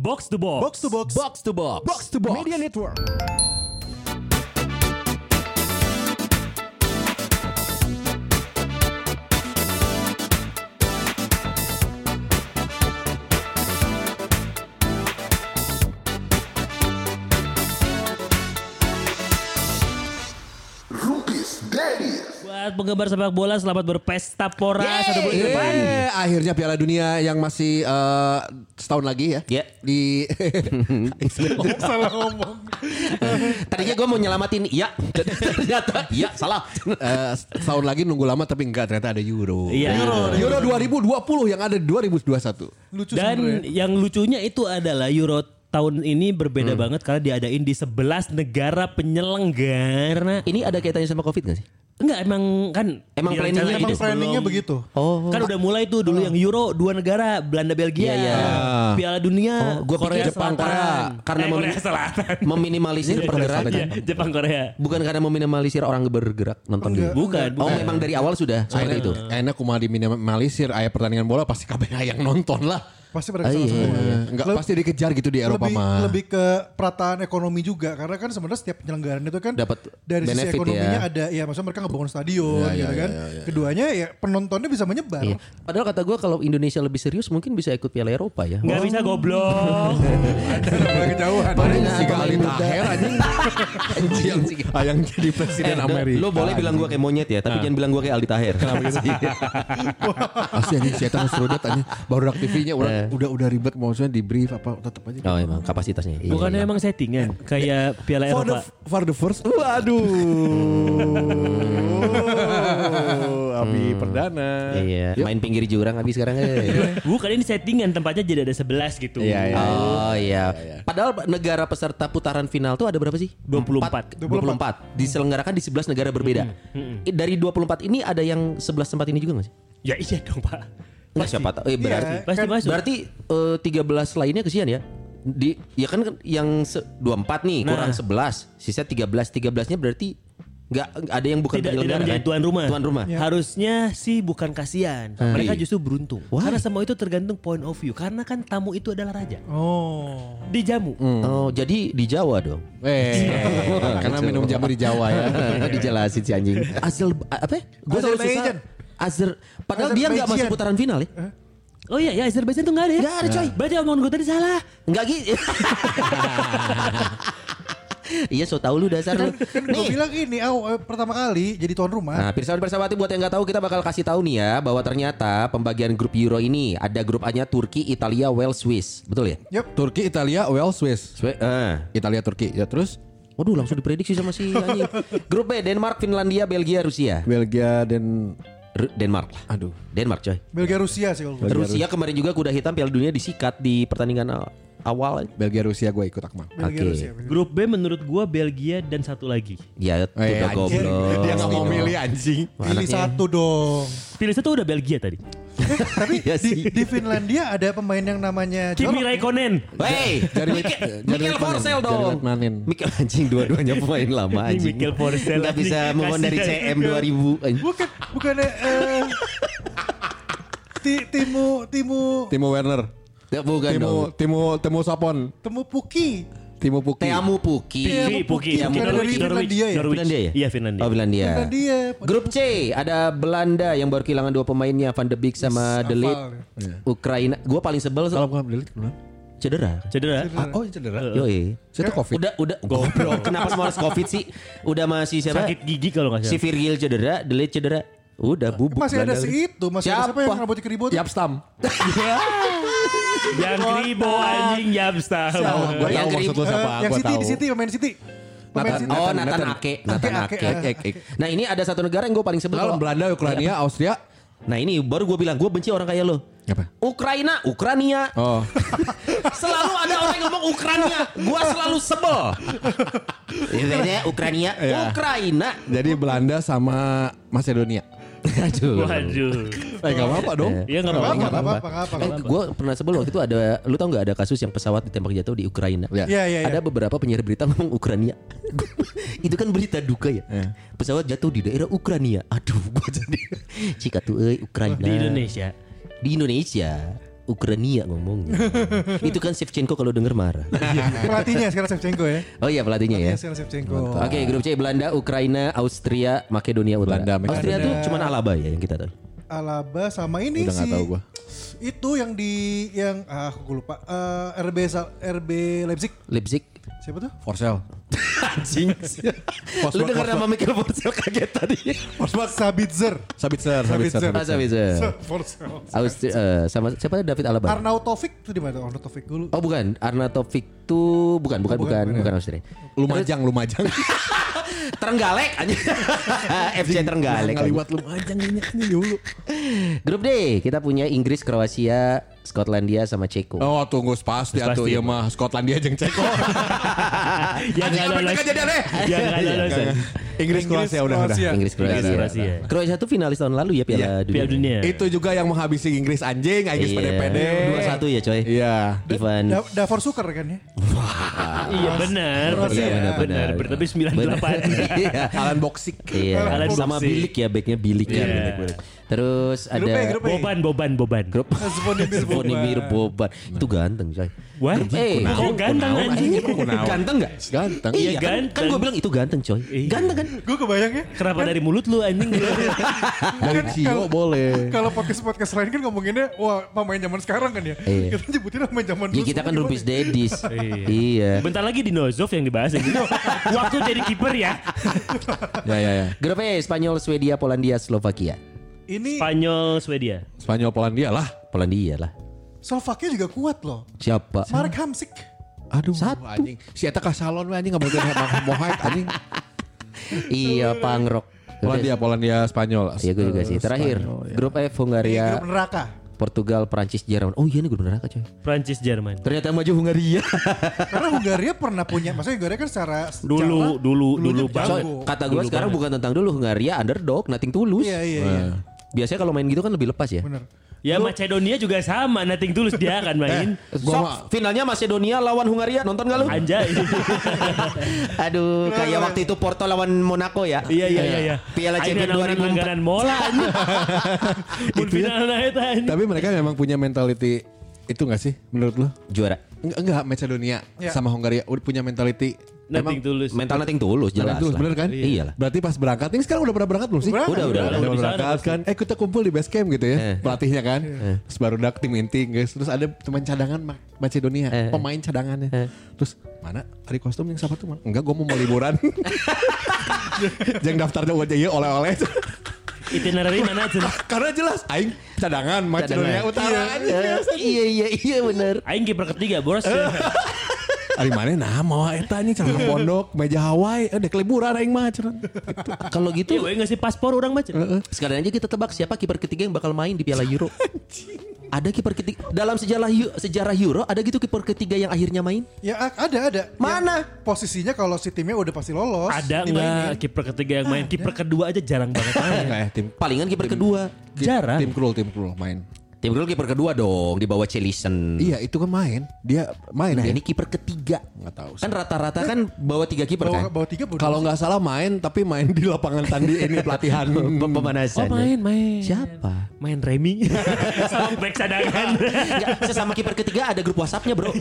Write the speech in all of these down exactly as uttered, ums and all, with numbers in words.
Box to Box. Box to Box. Box to Box. Box to Box. Media Network. Buat penggemar sepak bola, selamat berpesta pora satu bulan ke depan. Eh, akhirnya Piala Dunia yang masih eh, setahun lagi ya. Ya. Di Salah ngomong. Tadinya gue mau nyelamatin iya, ternyata iya salah. eh, setahun lagi nunggu lama tapi enggak, ternyata ada Euro. Iya. Euro, Euro dua ribu dua puluh yang ada dua ribu dua puluh satu. Lucu Dan sebenarnya. yang lucunya itu adalah Euro tahun ini berbeda Hmm. banget karena diadain di sebelas negara penyelenggara. Ini ada kaitannya sama Covid gak sih? Enggak, emang kan Emang direncanain planningnya Emang gitu sebelum- planningnya begitu. Oh. Kan udah mulai tuh dulu yang Euro dua negara, Belanda Belgia. Iya, iya. Piala Dunia Oh, gua Korea pikir Jepang, Selatan. Korea. Karena eh, mem- Korea Selatan. Meminimalisir pergerakan. Iya, Jepang Korea. Bukan karena meminimalisir orang bergerak nonton Enggak. dulu. Bukan, Oh, bukan. memang dari awal sudah seperti itu. Enak kumaha diminimalisir aya pertandingan bola pasti kabeh yang nonton lah. Pasti mereka Ah, iya, semua. iya. Enggak Leb- pasti dikejar gitu di Eropa lebih, mah. lebih ke perataan ekonomi juga karena kan sebenarnya setiap penyelenggaraan itu kan Dapat dari sisi benefit ekonominya ya. ada ya maksudnya mereka ngebangun stadion Ya, ya, gitu kan. ya, ya, ya. Keduanya ya penontonnya bisa menyebar. Iya. Padahal kata gue kalau Indonesia lebih serius mungkin bisa ikut Piala Eropa ya. Enggak bisa goblok. Mulai kejauhan. Paling Nah, si pemain Gali muda. Taher anjing. Anjing yang jadi presiden Eh, Amerika. Lo boleh bilang gue kayak monyet ya, tapi jangan bilang gue kayak Aldi Taher. Asli anjing si eta serudet anjing. Baru T V-nya udah udah udah ribet maksudnya di brief apa tetap aja. Oh emang kapasitasnya. Iya, Bukannya iya. emang settingan kayak Piala For the, Eropa. for the first. Waduh. Abi perdana. Iya, main pinggir jurang habis sekarang. eh. Bukan, ini settingan, tempatnya jadi ada sebelas gitu. Iya, iya. Oh iya. Padahal negara peserta putaran final tuh ada berapa sih? dua puluh empat. dua puluh empat. Diselenggarakan di sebelas negara berbeda. I- Dari dua puluh empat ini ada yang sebelas tempat ini juga gak sih? Ya iya dong, Pak. Enggak siapa tahu. Eh, berarti Iya, Pasti kan masuk. berarti eh, tiga belas lainnya kesian ya. Di ya kan kan yang se- dua puluh empat nih Nah. kurang sebelas, sisa tiga belas. tiga belas-nya berarti enggak ada yang bukan Tidak, tidak penyelenggara, menjadi kan? tuan rumah. Tuan rumah. Harusnya sih bukan kasihan. Mereka justru beruntung. Why? Karena semua itu tergantung point of view. Karena kan tamu itu adalah raja. Oh. Dijamu. Oh, jadi di Jawa dong. Eh, karena minum jamu di Jawa ya. Dijelasin si anjing. Azel apa? Gue selalu susah. Azerbaijan. Azer padahal dia enggak masuk Azerbaijan. putaran final ya. Oh iya, ya Azerbaijan tuh gak ada ya? Nggak ada, coy. Berarti omongan gue tadi salah. Enggak gitu. Iya, so tahu lu dasar lu. Kan gue bilang ini aw, eh, pertama kali jadi tuan rumah. Nah, pirsawan persawati buat yang nggak tahu kita bakal kasih tahu nih ya bahwa ternyata pembagian grup Euro ini ada grup A-nya Turki, Italia, Wales, Swiss. Betul ya? Yep. Turki, Italia, Wales, Swiss. Swi- eh. Italia, Turki. Ya terus Waduh, langsung diprediksi sama si anjing. Grup B Denmark, Finlandia, Belgia, Rusia. Belgia dan R- Denmark lah. aduh. Denmark coy. Belgia Rusia sih kalau gue. Rusia kemarin juga kuda hitam Piala Dunia disikat di pertandingan aw- awal. Belgia, Rusia gue ikut Akmal. Belgia Oke. Rusia. Belgia. Grup B menurut gue Belgia dan satu lagi. Ya, itu Eh, udah anjing. goblok. Dia nggak mau milih anjing. Pilih Anaknya. satu dong. Pilih satu udah Belgia tadi. Tapi Iya sih. di, di Finlandia ada pemain yang namanya Kimi Jorok. Raikkonen. Wey, Jari- Mikel, jari Mikel Letmanen, Forsell jari dong. Letmanen. Mikel anjing dua-duanya pemain lama Ini anjing. Mikel Forsell, Nggak anjing. bisa move on dari C Kasihan. M dua ribu. anjing. Bukan, bukannya eh, ti, Timu Timu Timo Werner. Ya, bukan Timo dong. Timo Timo Sapon. Temu Puki. Timo Puki. Teamu Puki. Puki, Puki, Bukan Puki. dari Norwich, Finlandia ya? Norwich. Finlandia ya? Iya, Finlandia. Oh, Finlandia. Finlandia. Grup C ada Belanda yang baru kehilangan dua pemainnya, Van de Beek sama Yes, De Ligt. hafal. Ukraina. Gua paling sebel Kalau bukan Delit benar. cedera. Cedera. Ah, oh cedera. Yoi. Saya tuh Covid. Udah udah goblok. Kenapa semua harus Covid sih? Udah masih siapa? Sakit gigi kalau nggak Si salah. Virgil cedera, De Ligt cedera. Udah bubuk. Masih ada Belanda. si itu, masih ada siapa Siapa? yang rambutnya keribut? Yap Stam. Yang kribo anjing Yabstam. Gue Yang tahu maksud kerib- lu siapa. Eh, yang Gua City tahu. di City pemain City. Pemain Nathan- City. Oh, Nathan- Nathan Nathan. Ake, Nathan Ake, Ake. Ake, Ake. Nah, ini ada satu negara yang gue paling sebel. Kalau kalau- Belanda, Ukraina, Austria. Nah, ini baru gue bilang gue benci orang kayak lo. Apa? Ukraina, Ukrania. Oh. Selalu ada orang yang ngomong Ukraina, gua selalu sebel. Ini Ukraina, Iya. Ukraina. Jadi Belanda sama Macedonia. Aduh. Waduh. Eh gak apa-apa dong. Iya nggak Apa apa-apa. apa apa apa apa. Eh, gue pernah sebel waktu itu ada, lu tau nggak ada kasus yang pesawat ditembak jatuh di Ukraina? Ya. Iya iya iya. Ada beberapa penyiar berita ngomong Ukraina. Itu kan berita duka ya. Iya. Pesawat jatuh di daerah Ukraina. Aduh, gue jadi cika tuh eh Ukraina. Di Indonesia. Di Indonesia. Ukraina ngomongnya. Itu kan Shevchenko kalau denger marah. Pelatihnya sekarang Shevchenko ya. Oh iya pelatihnya ya. Pelatihnya sekarang Shevchenko. Oke, grup C Belanda, Ukraina, Austria, Makedonia Utara. Belanda, Makedonia. Austria tuh cuman Alaba ya yang kita tahu. Alaba sama ini Udah sih. nggak tahu gua. Itu yang di yang ah aku lupa. Eh, R B Sal- R B Leipzig. Leipzig. Siapa tuh? Forsell. Anjing. Lu denger nama Michael Forsell kaget tadi. Sabitzer. Sabitzer, Sabitzer. Ah, Sabitzer. Forsell. Austria eh, sama siapa David Alaba? Arnautovic tuh di mana tuh? Arnautovic dulu. Oh bukan, Arnautovic tuh bukan bukan Oh, bukan bukan, bukan, bukan. Austria. Lumajang, Lumajang. Terenggalek aja. F C Terenggalek. Ngaliwat Lumajang ini ini dulu. Grup D kita punya Inggris, Kroasia, Skotlandia sama Ceko. Oh tunggu pasti Pasti, atuh ya, ieu mah Skotlandia jeung Ceko. Yang Anjing, nggak apa lolos. kejadian deh? Yang nggak lolos. Inggris Kroasia udah udah. Kroasia. Inggris, Kroasia. Inggris, Kroasia. Kroasia tuh finalis tahun lalu ya Piala Iya, Dunia. Piala Dunia. Itu juga yang menghabisi Inggris anjing, Inggris Iya. pede-pede. dua satu ya coy. Iya. Ivan. Da- Davor Suker kan ya? Iya benar. Kroasia. Iya, Benar, benar. benar. Tapi sembilan puluh delapan. Iya. Alan Boksik. Iya. Alan Sama Boksik. Bilik ya, backnya Bilik ya. Iya. Bilik. Terus Grup E, ada grup E. Boban, Boban, Boban. grup Zvonimir Boban. Zvonimir Boban. Itu ganteng coy. Wah, Eh, kok ganteng anjing? Ganteng gak? Ganteng. Iya kan, ganteng. kan gue bilang itu ganteng coy. Ganteng kan? Gue kebayang ya. Kenapa dari mulut lu anjing? Dari Cio boleh. Kalau podcast-podcast lain kan ngomonginnya wah pemain zaman sekarang kan ya. Iya. Kita nyebutin pemain zaman Ya dulu. kita kan Gimana? Rupis Dedis. Iya. Iya. Bentar lagi di Nozov yang dibahas gitu. Waktu jadi kiper ya. Ya ya ya. Grup E Spanyol, Swedia, Polandia, Slovakia. Ini Spanyol, Swedia. Spanyol Polandia lah. Polandia lah. Slovakia juga kuat loh. Siapa? Marek Hamsik. Aduh, Satu. anjing. Si eta ka salon we anjing ngabulkeun mohaik anjing. Iya, pangrok. Polandia, Polandia, Spanyol. Iya gue juga sih. Terakhir, Spanyol, ya. grup F Ini Hungaria, grup neraka. Portugal, Prancis, Jerman. Oh iya ini grup neraka coy. Prancis, Jerman. Ternyata yang maju Hungaria. Karena Hungaria pernah punya, maksudnya Hungaria kan secara Dulu, secara- dulu, dulunya dulu jago. banget. Kata gue sekarang bukan tentang dulu Hungaria underdog, nothing tulus. Iya iya iya. Biasanya kalau main gitu kan lebih lepas ya. Bener. Ya Macedonia juga sama, nothing tulus dia akan main. Sok, finalnya Macedonia lawan Hungaria, nonton gak lu? Anjay. Aduh, kayak waktu itu Porto lawan Monaco ya. Iya iya iya iya. Piala Champions Ayo, dua ribu empat. langganan mola anjing. Mun final na eta anjing. Tapi mereka memang punya mentality itu gak sih menurut lo? Juara. Enggak, enggak Macedonia Ya. sama Hungaria udah punya mentality Nothing tulus. Mental nothing tulus jelas Terus lah. bener kan? Iya lah. Berarti pas berangkat, ini sekarang udah pernah berangkat belum sih? Udah, Udah, udah, udah. Udah Udah di sana berangkat pasti. kan. Eh kita kumpul di base camp gitu ya. Eh. Pelatihnya kan. Terus baru dak tim inti guys. Terus ada pemain cadangan Ma- Macedonia. Eh. Pemain cadangannya. Eh. Terus mana? Hari kostum yang siapa tuh? Enggak, gue mau mau liburan. Jangan daftarnya buat jadi oleh-oleh. Itinerary mana aja? Karena jelas Aing cadangan Macedonia Cadangan. Utara. Iya, iya iya iya bener. Aing kiper ketiga, Bos. Ari mana nah mau eta nih celana pondok, meja Hawaii, eh dek liburan aing mah cenah. Kalau gitu Iya, we ngasih paspor orang macet. sekalian aja kita tebak siapa kiper ketiga yang bakal main di Piala Euro. Ada kiper ketiga dalam sejarah Eu- sejarah Euro ada gitu kiper ketiga yang akhirnya main? Ya a- ada ada. Mana? Yang posisinya kalau si timnya udah pasti lolos. Ada dimainin. nggak kiper ketiga yang main? Kiper kedua aja jarang banget main. Enggak ya tim Palingan kiper kedua. Jarang. tim krul tim krul main. Tim kedua kiper kedua dong di bawah Chelisen. Iya itu kan main. Dia main Nah ya. ini kiper ketiga. Nggak tahu sih. Kan rata-rata kan bawa tiga kiper Bawa, kan? bawa tiga bawa Kalau dua. nggak salah main tapi main di lapangan tandi ini pelatihan. Pem- Pemanasan. Oh main main. Siapa? Main Remy. Sama back cadangan. Enggak, sesama kiper ketiga ada grup WhatsApp-nya, Bro.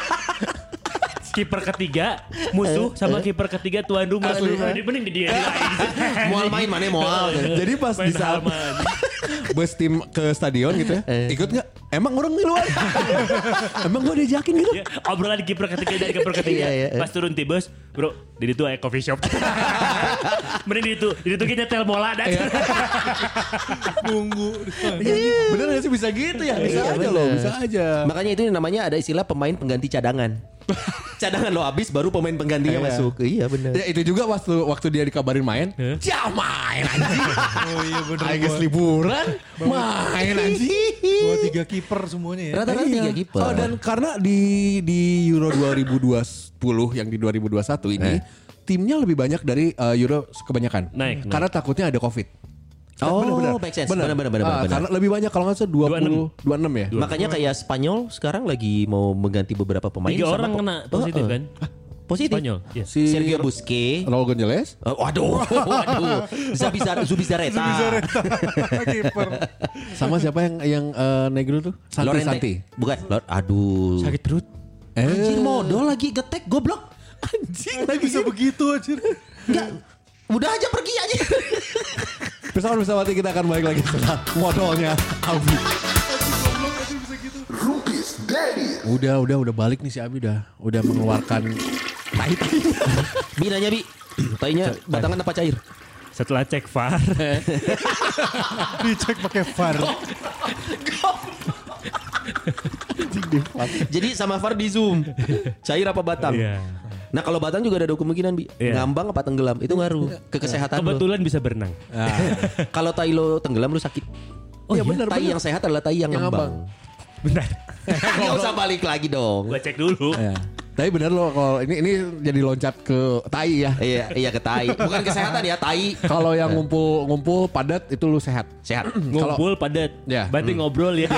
Kiper ketiga musuh sama kiper ketiga tuan rumah. Asli. Jadi mending di dia lain. Mual main mana mual. Jadi pas Main di saat halaman. bus tim ke stadion gitu ya, ikut nggak? Emang orang di luar? Emang gue diajakin gitu? Ya, obrolan di kiper ketiga dan kiper ketiga. Iya, iya. Pas turun tibus, bro, di itu ada coffee shop. Mending di itu, di itu kita tel mola dah. nunggu. Bener gak sih bisa gitu ya? Bisa Iya, aja bener. loh, bisa aja. Makanya itu namanya ada istilah pemain pengganti cadangan. Cadangan lo habis baru pemain penggantinya Iya. masuk. Iya benar. Ya itu juga waktu waktu dia dikabarin main, Hah? ya main anjing. Oh iya bener. Aing geus liburan, main anjing. Bawa tiga kiper semuanya ya. Rata-rata Iya. tiga kiper. Oh dan karena di di Euro dua ribu dua puluh yang di dua ribu dua puluh satu ini timnya lebih banyak dari uh, Euro kebanyakan. Naik, Karena takutnya ada Covid. Oh, Bener-bener. make sense. Bener. Bener, bener, bener, Ah, bener. Karena lebih banyak kalau nggak salah dua puluh dua puluh enam ya. Makanya kayak Spanyol sekarang lagi mau mengganti beberapa pemain. Tiga sama orang pe- kena Oh, positif oh. kan? Positif. Spanyol. Iya. Si Sergio Busquets. Raul Gonzalez. Uh, waduh, waduh. Zabizar, Zubizarreta. Zubizarreta. Kiper. Sama siapa yang yang uh, negro tuh? Santi Lorente. Santi. Bukan. Lor- Aduh. Sakit perut. Eh, Anjir modal lagi getek goblok. Anjing Lagi bisa begitu aja. Enggak. Udah aja pergi aja. bersama-bersama kita akan balik lagi setelah modalnya Abi. Udah, udah, udah balik nih si Abi udah, udah mengeluarkan tai-tai. Bi nanya Bi, tainya batangan apa cair? Setelah cek V A R. Dicek pakai V A R. Jadi sama V A R di zoom. Cair apa batang? Iya. Nah kalau batang juga ada kemungkinan Bi. Iya. Ngambang apa tenggelam? Itu ngaruh ke kesehatan lo. Kebetulan bisa berenang. Kalau tai lo tenggelam lo sakit. Oh iya benar. Tai yang sehat adalah tai yang, Yang ngambang. Benar. Gak usah balik lagi dong. Gua cek dulu. Ya. Tapi bener loh kalau ini ini jadi loncat ke tai ya. Iya, iya ke tai. Bukan kesehatan ya, tai. Kalau yang ngumpul ngumpul padat itu lu sehat. Sehat. Ngumpul padat. Ya. Berarti ngobrol ya.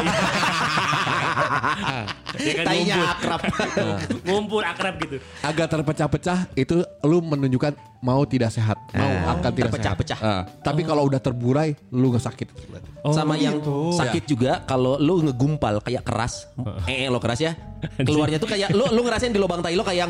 Ya kan Tainya ngumpul. akrab. Ngumpul akrab gitu. Agak terpecah-pecah itu lu menunjukkan mau tidak sehat, mau Eh, akan tidak terpecah-pecah. sehat. Ah, tapi kalau udah terburai lu nggak sakit. Sama yang sakit juga kalau lu ngegumpal kayak keras. Eh, lo keras ya. Keluarnya tuh kayak lu lu ngerasain di lubang tai lo kayak yang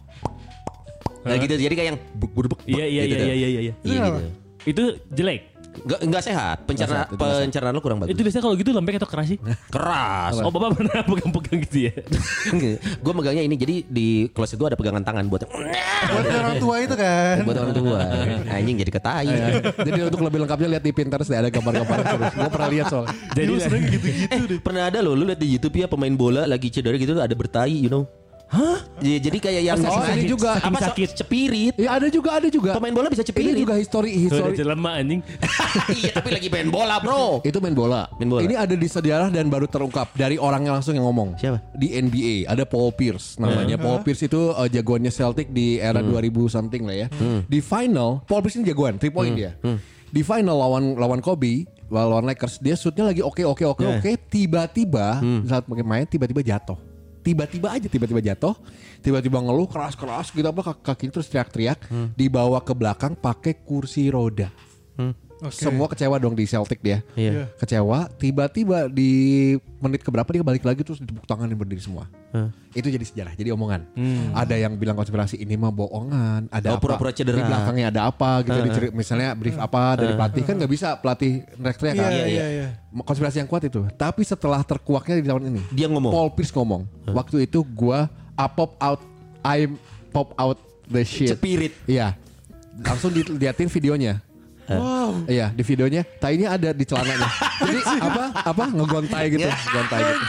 Nah gitu jadi kayak yang buk-buk. Iya iya gitu iya tuh. iya iya iya. Iya gitu. Itu jelek. Enggak enggak sehat. Pencerna, Nggak sehat, itu nggak pencernaan lo kurang bagus. Itu biasanya kalau gitu lembek atau keras sih? Keras. Oh bapak pernah pegang-pegang gitu ya? Gue megangnya ini jadi di kloset gue ada pegangan tangan buat Buat orang tua itu kan. buat orang tua. Anjing jadi ketai. Jadi untuk lebih lengkapnya lihat di Pinterest deh, ada gambar-gambar terus. Gue pernah lihat soalnya. Jadi gitu-gitu deh. Pernah ada loh lu lihat di YouTube ya pemain bola lagi cedera gitu tuh ada bertai, you know. Hah? Jadi, jadi kayak yang Oh, ini juga. apa Saking sakit cepirit. Ya ada juga, ada juga. Pemain bola bisa Ini cepirit. juga history Sorry. history. Lemah anjing. Iya tapi lagi main bola bro. Itu main bola. Main bola. Ini ada di sejarah dan baru terungkap dari orangnya langsung yang ngomong. Siapa? Di N B A ada Paul Pierce namanya. Paul Pierce itu uh, jagoannya Celtic di era dua ribu something lah ya. Di final Paul Pierce ini jagoan, three point dia. Di final lawan lawan Kobe, lawan Lakers, dia shootnya lagi oke oke oke Yeah. oke. Tiba-tiba saat main tiba-tiba jatuh. Tiba-tiba aja tiba-tiba jatuh, tiba-tiba ngeluh keras-keras gitu apa kaki- kakinya terus teriak-teriak, dibawa ke belakang pakai kursi roda. Oke. Semua kecewa dong di Celtic dia. Iya. Kecewa, tiba-tiba di menit keberapa dia balik lagi terus ditepuk tanganin berdiri semua. Itu jadi sejarah, jadi omongan. Ada yang bilang konspirasi ini mah bohongan, ada Oh, apa? pura-pura cedera. Di belakangnya ada apa gitu diceri- misalnya brief apa dari pelatih kan nggak bisa pelatih teriak-teriak kan. Iya iya iya. Konspirasi yang kuat itu. Tapi setelah terkuaknya di tahun ini, Dia ngomong. Paul Pierce ngomong, waktu itu gua I pop out, I pop out the shit. Cepirit. Iya. Langsung diliatin videonya. Wow. Iya di videonya tainya ada di celananya. Jadi apa apa ngegontai gitu, gontai gitu.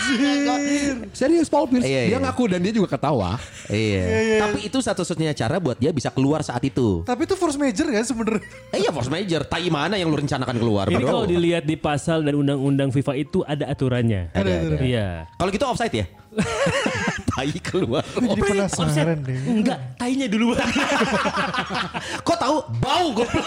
Serius Paul Pierce Iya, dia iya. ngaku dan dia juga ketawa. Iya. Tapi itu satu-satunya cara buat dia bisa keluar saat itu. Tapi itu force major kan sebenarnya. Eh iya force major. Tai mana yang lu rencanakan keluar Ini bro? kalau dilihat di pasal dan undang-undang FIFA itu ada aturannya. Ada, ada. Iya. Kalau gitu offside ya? Tai keluar. Gue jadi penasaran deh. Enggak, tainya duluan. Kok tahu bau goblok?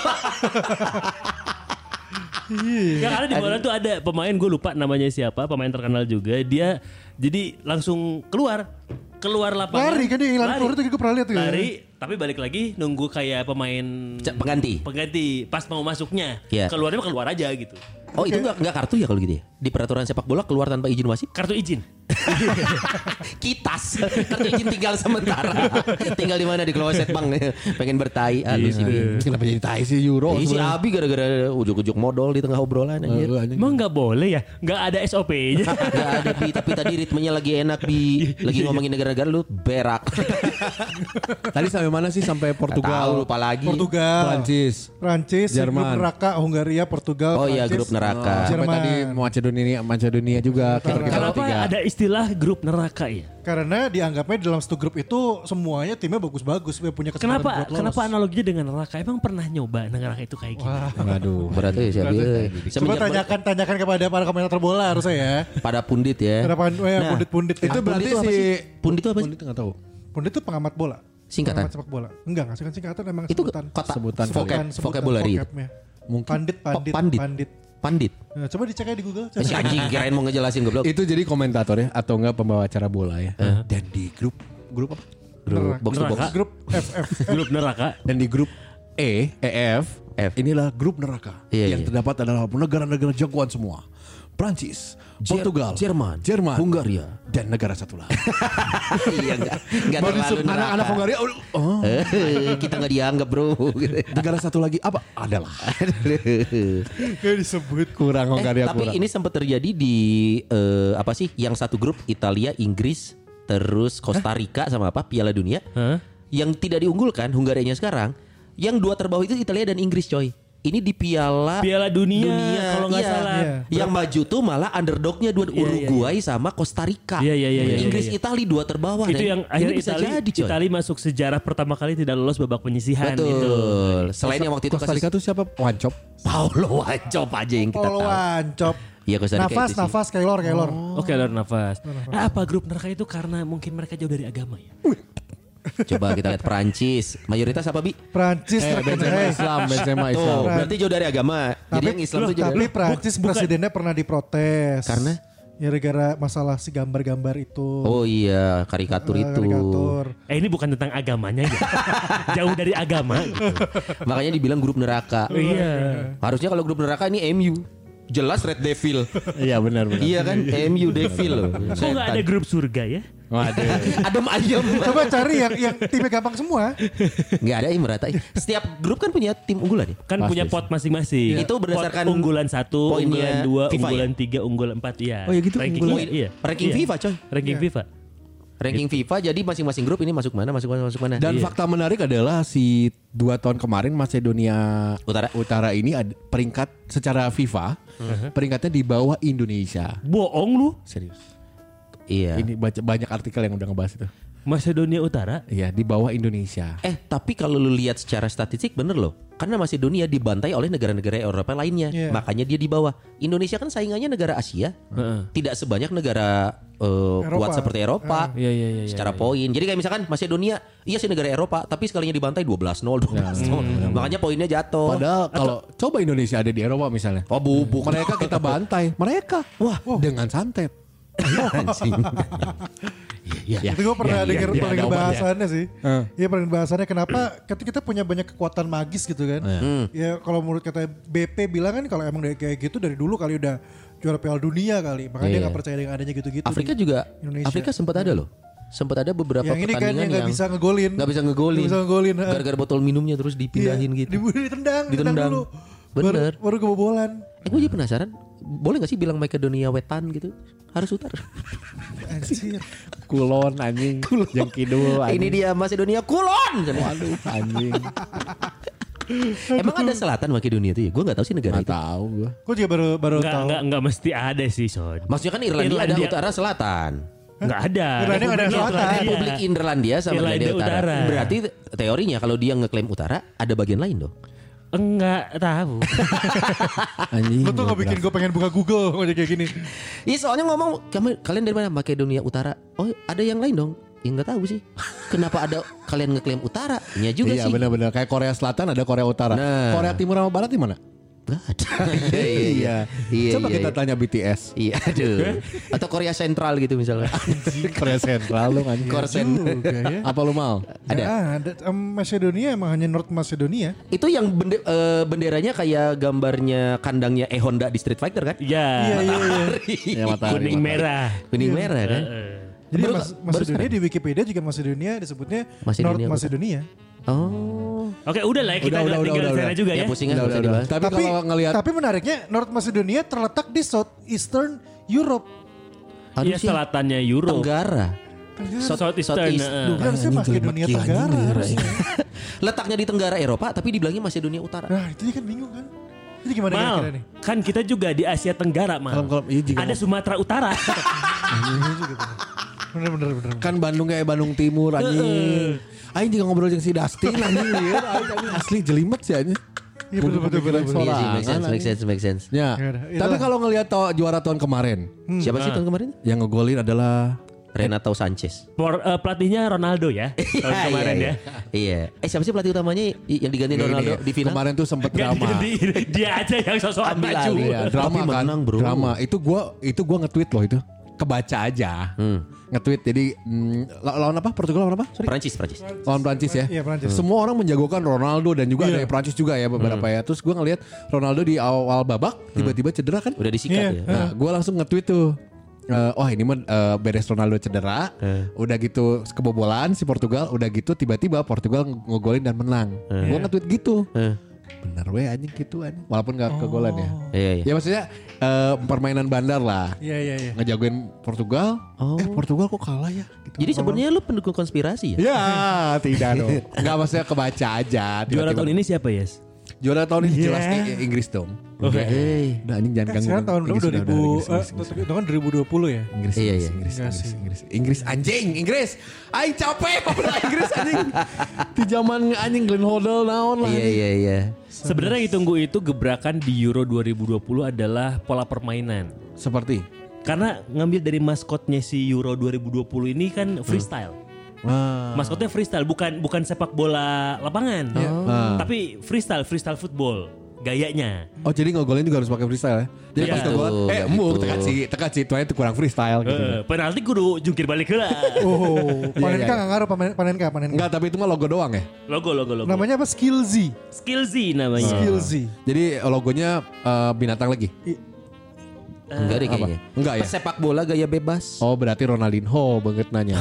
Ya karena di bola tuh ada pemain gue lupa namanya siapa, pemain terkenal juga. Dia jadi langsung keluar, keluar lapangan. Lari kan dia lari keluar itu gue pernah lihat tuh. Lari, tapi balik lagi nunggu kayak pemain C- pengganti. pengganti pas mau masuknya. Iya. Keluarnya mah keluar aja gitu. Oh itu enggak enggak kartu ya kalau gitu ya? Di peraturan sepak bola keluar tanpa izin wasit? Kartu izin. Kitas. Kartu izin tinggal sementara. Tinggal di mana di kloset bang? Pengen bertai. Aduh sih. Bi. Kenapa jadi tai sih Euro? Ih, si sebenarnya? Abi gara-gara ujuk-ujuk modal di tengah obrolan anjir. Aduh, anjing. Emang nggak boleh ya? Nggak ada S O P-nya. Gak ada Bi, tapi tadi ritmenya lagi enak Bi. Lagi ngomongin negara-negara lu berak. Tadi sampai mana sih sampai Tahu Portugal, lupa lagi. Portugal, Prancis. Prancis, Jerman. grup neraka, Hungaria, Portugal, Oh iya Prancis, grup neraka. Sampai Jerman. tadi Macedonia, Macedonia juga kita kita Kenapa tiga. ada istilah grup neraka ya? Karena dianggapnya dalam satu grup itu semuanya timnya bagus-bagus, punya kesempatan Kenapa buat lolos. kenapa analoginya dengan neraka? Emang pernah nyoba neraka itu kayak gitu? Waduh. Berarti ya siapa? Coba Semenjak tanyakan tanyakan kepada para komentator bola harusnya ya. pada pundit ya. Kenapa oh ya, Nah, pundit-pundit Itu itu berarti itu apa si sih? Pundit itu apa sih? Pundit nggak tahu. pundit itu pengamat bola. Singkatan? Pengamat sepak bola. Enggak, enggak singkatan singkatan emang Itu sebutan. kota Sebutan vocab, Sebutan, vocabulary itu. vocabnya. Mungkin. Pandit, pandit, Pandit. pandit. Pandit. Nah, coba dicek aja di Google. Si anjing kirain mau ngejelasin goblok. Itu jadi komentator ya atau enggak pembawa acara bola ya. Dan di grup grup apa? Grup box to box. Neraka. Grup F F. Grup neraka. Dan di grup E, E F, F. inilah grup neraka. Iya, yang iya. terdapat adalah negara-negara jagoan semua. Prancis, Jer- Portugal, Jerman, Jerman, Hungaria. dan negara satu lagi. Iya enggak. Enggak Baru terlalu disebut anak-anak neraka. Hungaria. Oh, Eh, kita enggak dianggap, Bro. negara satu lagi apa? Adalah. Kayak disebut. Kurang Eh, Hungaria tapi kurang. ini sempat terjadi di eh, apa sih? Yang satu grup Italia, Inggris, terus Costa Rica sama apa? Piala Dunia. Hah? Yang tidak diunggulkan Hungarianya sekarang. Yang dua terbawah itu Italia dan Inggris, coy. Ini di Piala Piala Dunia, kalau nggak iya. salah. Iya. Yang maju tuh malah underdognya dua Iya, Uruguay sama Costa Rica. Iya, iya, iya, iya, Inggris iya. Italia dua terbawah. Itu Dan yang ini akhirnya bisa Itali, jadi, coy. Itali masuk sejarah pertama kali tidak lolos babak penyisihan Betul. gitu. Selain yang waktu itu Costa Rica kasus tuh siapa? Wancop. Paulo Wancop aja yang kita Polo tahu. Wancop. Iya, Costa Rica Nafas, itu sih. nafas, Keylor, Keylor. Oke, lor nafas. Nah, apa grup neraka itu karena mungkin mereka jauh dari agama ya? Coba kita lihat Perancis. Mayoritas apa, Bi? Prancis Eh, terkena. Benzema Eh, Islam, Benzema Islam. Tuh, berarti jauh dari agama. Jadi Tapi- yang Islam loh, tuh jauh tapi dari... Prancis bukan. presidennya pernah diprotes. Karena? Ya gara-gara masalah si gambar-gambar itu. Oh iya, karikatur Eh, itu. karikatur. Eh ini bukan tentang agamanya ya. Jauh dari agama. Makanya dibilang grup neraka. Iya. Harusnya kalau grup neraka ini M U. Jelas Red Devil. Iya benar benar. Iya kan? M U Devil loh. Kok nggak ada grup surga ya? Waduh. Adem ayam. Coba cari yang yang timnya gampang semua. Nggak ada yang merata. Setiap grup kan punya tim unggulan ya. Kan Pasti punya pot masing-masing. Itu berdasarkan pot unggulan satu, unggulan poinnya dua, FIFA unggulan tiga, unggulan empat. Iya. Oh ya gitu, Ranking unggulan. iya. Ranking Iya. FIFA, coy. Ranking FIFA. Ranking FIFA jadi masing-masing grup ini masuk mana, masuk mana, masuk mana. Dan Iya. fakta menarik adalah si dua tahun kemarin Macedonia Utara. Utara ini ada peringkat secara FIFA peringkatnya di bawah Indonesia. Bohong lu. Serius. Iya. Ini baca banyak artikel yang udah ngebahas itu. Macedonia Utara. Iya di bawah Indonesia. Eh tapi kalau lu lihat secara statistik bener loh. Karena Macedonia dibantai oleh negara-negara Eropa lainnya. Iya. Makanya dia di bawah. Indonesia kan saingannya negara Asia. Heeh. Tidak sebanyak negara eh, Eropa. kuat seperti Eropa. Iya iya iya. Secara poin. Jadi kayak misalkan Macedonia, iya sih negara Eropa, tapi sekalinya dibantai dua belas nol, dua belas nol. Makanya poinnya jatuh. Padahal kalau coba Indonesia ada di Eropa misalnya. Oh bubuk. Mereka kita bantai. Mereka. Wah, dengan santet. Anjing. Iya. Itu gue pernah Iya, denger iya, pernah ada denger obatnya. bahasannya sih. Eh. Iya pernah bahasannya kenapa ketika kita punya banyak kekuatan magis gitu kan. Ya kalau menurut kata B P bilang kan kalau emang dari kayak gitu dari dulu kali udah juara Piala Dunia kali. Makanya dia Iya. gak percaya dengan adanya gitu-gitu. Afrika di juga. Indonesia. Afrika sempat ada loh. Sempat ada beberapa Yang ini kan pertandingan yang gak yang bisa ngegolin. nggak bisa ngegolin. Nggak bisa ngegolin. ha. Gara-gara botol minumnya terus dipindahin Iya, gitu. dibu- Ditendang, ditendang Ditendang. dulu. Bener. Baru, baru kebobolan. Eh gue jadi penasaran, boleh gak sih bilang Makedonia Wetan gitu? Harus utar. Anjir. Kulon anjing. Yang kidul anjing. Ini dia Macedonia Kulon. Waduh anjing. Emang ada selatan Makedonia itu ya? Gue gak tahu sih negara Nggak itu. tahu gue. Gue juga baru baru Enggak tahu. enggak enggak mesti ada sih, Son. Maksudnya kan Irlandia, ada Irlandia. utara selatan. Enggak ada. Irlandia nggak ada Republik selatan. Irlandia. Republik Irlandia sama Irlandia Irlandia utara. Utara. Berarti teorinya kalau dia ngeklaim utara, ada bagian lain dong. Enggak tahu. Anjing. Lu tuh gak bikin gue pengen buka Google aja kayak gini. Iya soalnya ngomong, kamu kalian dari mana? Makedonia Utara. Oh ada yang lain dong. Ya nggak tahu sih. Kenapa ada kalian ngeklaim utara? Iya juga Iya sih. benar-benar kayak Korea Selatan ada Korea Utara. Nah. Korea Timur sama Barat di mana? Nggak ada. iya, iya. Coba iya, kita iya. tanya B T S. Iya, aduh. Atau Korea Sentral gitu misalnya. Korea Sentral lu anjing. Korsen. Apa lu mau? Ada. Ya, ada. Um, Macedonia emang hanya North Macedonia. Itu yang bende- eh, benderanya kayak gambarnya kandangnya E Honda di Street Fighter kan? Iya. Iya iya iya. Ya, matahari, Kuning matahari. merah. Kuning merah kan? Jadi Baru- Mas- baru Macedonia di Wikipedia juga Macedonia disebutnya Macedonia North apa? Macedonia. Oh. Oke, udah lah ya, kita Udah, udah, udah, tinggal udah, di sana udah. juga Ya ya. pusing kan Udah, nggak usah udah, udah. dibahas. Tapi, kalau ngelihat tapi menariknya North Macedonia terletak di Southeastern Europe. Aduh Iya, sih, selatannya Euro. Tenggara. South Eastern. Southeast. heeh. Duh, harusnya anjing, Makedonia gelebek Tenggara anjing, harusnya. Letaknya di Tenggara Eropa tapi dibilangnya Macedonia Utara. Nah itu dia kan bingung kan. Jadi gimana Mal, kira-kira nih? kan kita juga di Asia Tenggara, Mal. Kalau- kalau- iya, jika Ada mau- Sumatera Utara. Bener bener bener. kan Bandung kayak Bandung Timur anjing. Aing juga ngobrol jeung si Dustin anjing lieur aing anjing asli jelimet sih anjing. Iya betul betul betul. betul. Iya sih, make sense, make sense, make sense. Ya. Ya udah, Tapi itulah. kalau ngelihat to- juara tahun kemarin, Siapa sih tahun kemarin? yang ngegolin adalah Renato Sanchez. Por- eh, pelatihnya Ronaldo ya. Tahun Iya, kemarin iya, ya. Iya. Eh siapa sih pelatih utamanya i- yang diganti Ronaldo Ini, di final? kemarin tuh sempet Nggak drama. diganti, dia aja yang sosok Ambil maju. alih. Iya, drama Tapi kan. menang, bro. Drama. Itu gua itu gua nge-tweet loh itu. kebaca aja. Hmm. Nge-tweet jadi mm, lawan apa? Portugal lawan apa? Sorry. Perancis, Perancis. Lawan Prancis ya. Iya, Prancis. Semua orang menjagokan Ronaldo dan juga Iya. ada Prancis juga ya beberapa Hmm. ya. Terus gue ngelihat Ronaldo di awal babak tiba-tiba cedera kan. Udah disikat Iya. ya. Nah, gue langsung nge-tweet tuh. Eh, wah ini mah eh, beres Ronaldo cedera, udah gitu kebobolan si Portugal, udah gitu tiba-tiba Portugal ngegolin dan menang. Gue nge-tweet gitu. Bener weh anjing gitu anjing. Walaupun gak kegolan ya. Iya, iya. Ya maksudnya eh, permainan bandar lah. Iya iya iya. Ngejagoin Portugal. Oh. Eh Portugal kok kalah ya? Gitu. Jadi sebenarnya lu pendukung konspirasi ya? Ya tidak dong. Enggak maksudnya kebaca aja. Juara tiba-tiba. tahun ini siapa, Yes? Juara tahun ini Yeah. jelas eh, Inggris dong. Oke. Hey. Udah anjing jangan Eh, ganggu. sekarang tahun berapa? Inggris dua udah, ribu udah, Inggris, Inggris, Inggris. itu kan dua ribu dua puluh ya? Inggris, Iya, Inggris, iya. Inggris, Enggak Inggris, sih. Inggris, Inggris, anjing, Inggris, aing capek pemain Inggris anjing, di zaman anjing Glenn Hoddle naon lah. Iya, iya, iya. Sebenarnya yang ditunggu itu gebrakan di Euro dua ribu dua puluh adalah pola permainan. Seperti, Karena ngambil dari maskotnya si Euro dua ribu dua puluh ini kan freestyle. ah, Maskotnya freestyle, bukan bukan sepak bola lapangan, Ah. tapi freestyle, freestyle football gayanya. oh jadi ngegolin juga harus pakai freestyle ya? Jadi Iya. pas kegolan, Tuh, eh gitu. embuk tekan si, tekan si, tuanya itu kurang freestyle gitu. Eh, penalti kudu jungkir balik heula. Oh, panen iya, kah iya. nggak ngaruh panen panen kah panen kah? Enggak, tapi itu mah logo doang ya. Logo logo logo. Namanya apa? Skill Z. Skill Z namanya. Skill Z. Jadi logonya eh, binatang lagi. Enggak deh kayaknya. Enggak ya? Sepak bola gaya bebas. Oh berarti Ronaldinho banget nanya.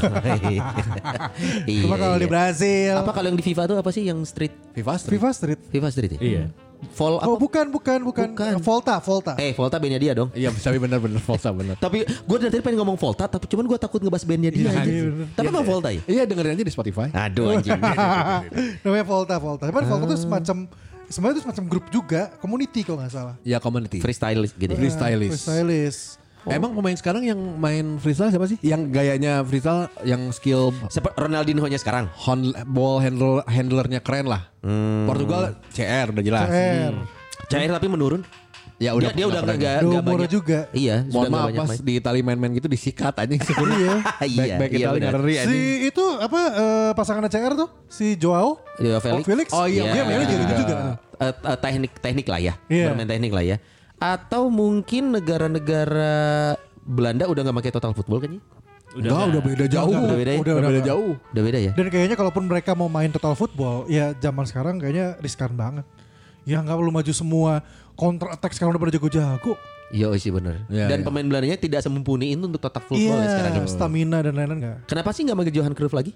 Iya, Cuma kalau di iya. Brazil. Apa kalau yang di FIFA tuh apa sih yang street? FIFA Street. FIFA Street. FIFA Street ya? Iya. Vol apa? Oh bukan bukan bukan. Bukan. Volta Volta. Eh, Volta bandnya dia dong. Iya tapi benar-benar Volta benar. Tapi gue dari tadi pengen ngomong Volta, tapi cuman gue takut ngebahas bandnya dia. Iya, aja. iya, bener. Tapi emang Volta ya? Iya dengerin aja di Spotify. Aduh anjing. Namanya Volta Volta. Cuman Volta itu semacam sebenarnya itu semacam grup juga, community kalau nggak salah. Iya community. Freestyle gitu. Freestylist. Freestylist. Emang pemain sekarang yang main freestyle siapa sih? Yang gayanya freestyle, yang skill Seperti Ronaldinho-nya sekarang. hand- ball handler handlernya keren lah. Portugal C R udah jelas. C R. Cair tapi menurun. Ya Dia, dia udah pernah. nggak Udah nggak umur banyak. juga. Iya, Mohon sudah nggak maaf banyak pas main. di Itali main-main gitu disikat anjing sepuluh. Iya. Back Iya, back iya Itali benar. ngeri Si anjing. itu apa eh, pasangannya C R tuh? Si Joao? Joao Felix. Oh, Felix. Oh, iya, Dia mainnya jadi gitu juga. Eh, eh, teknik teknik lah ya. Iya. Bermain teknik lah ya. Atau mungkin negara-negara Belanda udah nggak pakai total football kan ya? Enggak, udah beda jauh. Udah beda ya? Udah Udah beda nggak. jauh. Udah beda ya? Dan kayaknya kalaupun mereka mau main total football, ya zaman sekarang kayaknya riskan banget. Ya nggak perlu maju semua, counter attack sekarang udah pada jago-jago. Iya sih benar. Iya, Dan iya. pemain Belandanya tidak semumpuni itu untuk total football ya sekarang Iya, ini. stamina dan lain-lain nggak? Kenapa sih nggak manggil Johan Cruyff lagi?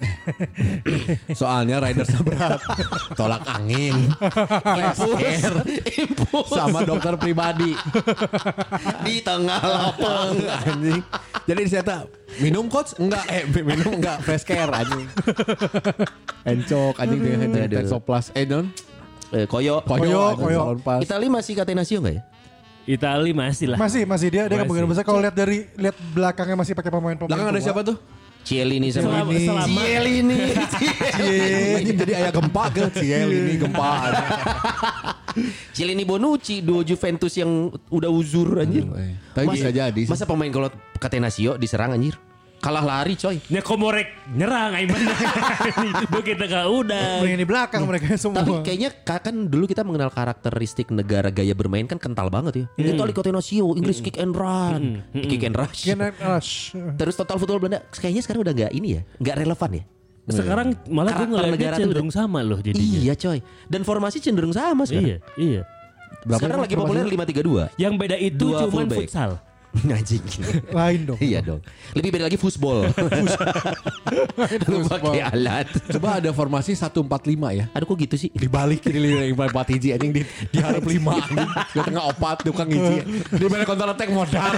Soalnya riders berat. Tolak angin. Impus, impus Sama dokter pribadi. di tengah lapang. Anjing. Jadi di sana minum coach enggak eh minum enggak fresh care anjing. Encok anjing dengan Aduh. Tensoplas. Eh non. Eh, Koyo. Koyo, anjing, Koyo. salon pas. Itali masih Catenaccio nggak ya? Itali masih lah. Masih masih dia dia Masih. kemungkinan besar kalau lihat dari lihat belakangnya masih pakai pemain-pemain. Belakang ada tua. siapa tuh? Cielini sama Selama, selama Cielini. Anjing jadi ayah gempa ke Ciel ini gempa. Cielini Bonucci, duo Juventus yang udah uzur anjir. Tapi bisa jadi sih. Masa pemain kalau Catenaccio diserang anjir? Kalah lari coy. nya komorek nyerang aing mana. Do kita ka udah. Mending di belakang mereka semua. Tapi kayaknya ka- kan dulu kita mengenal karakteristik negara gaya bermain kan kental banget ya. Itali Catenaccio, Inggris kick and run, kick and rush. Kena rush. Terus total football Belanda kayaknya sekarang udah nggak ini ya, nggak relevan ya. Sekarang malah gue Karakter ngeliatnya negara tuh cenderung sama loh jadinya. Iya coy. Dan formasi cenderung sama sekarang. Iya, iya. Sekarang lagi populer lima tiga dua. Yang beda itu Dua cuman fullback. futsal. Anjing. Lain dong. Iya dong. Lebih beda lagi football. Lu pakai alat. Coba ada formasi satu empat lima ya. Aduh kok gitu sih? Dibalik kiri lima empat hiji anjing di di harap lima anjing. Di tengah opat di tukang hiji. Di mana counter attack modal.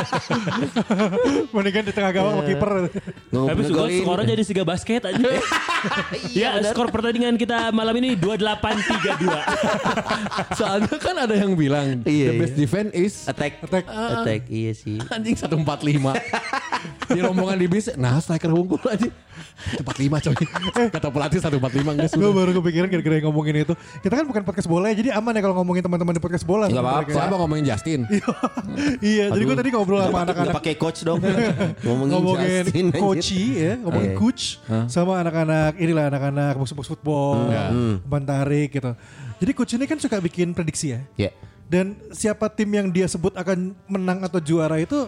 Mendingan di tengah gawang sama kiper. Tapi skor skornya jadi siga basket aja. Ya, skor pertandingan kita malam ini dua delapan tiga dua. Soalnya kan ada yang bilang Iya, the best iya. defense is Attack. Attack. Attack. Iya sih. anjing satu empat lima. Di rombongan di bis, nah striker unggul aja. satu empat lima coy. Kata pelatih satu empat lima enggak Gue sudah. baru kepikiran gara-gara ngomongin itu. Kita kan bukan podcast bola ya, jadi aman ya kalau ngomongin teman-teman di podcast bola. Nggak sebenarnya. apa-apa. Saya mau ngomongin Justin. Iya, jadi gue tadi ngobrol sama Nggak anak-anak. pakai coach dong. Ngomongin, Ngomongin Justin, anjir. coachy ya, ngomongin Iya. coach sama anak-anak inilah anak-anak box-box football, ban tarik gitu. Jadi coach ini kan suka bikin prediksi ya. Ya. Dan siapa tim yang dia sebut akan menang atau juara itu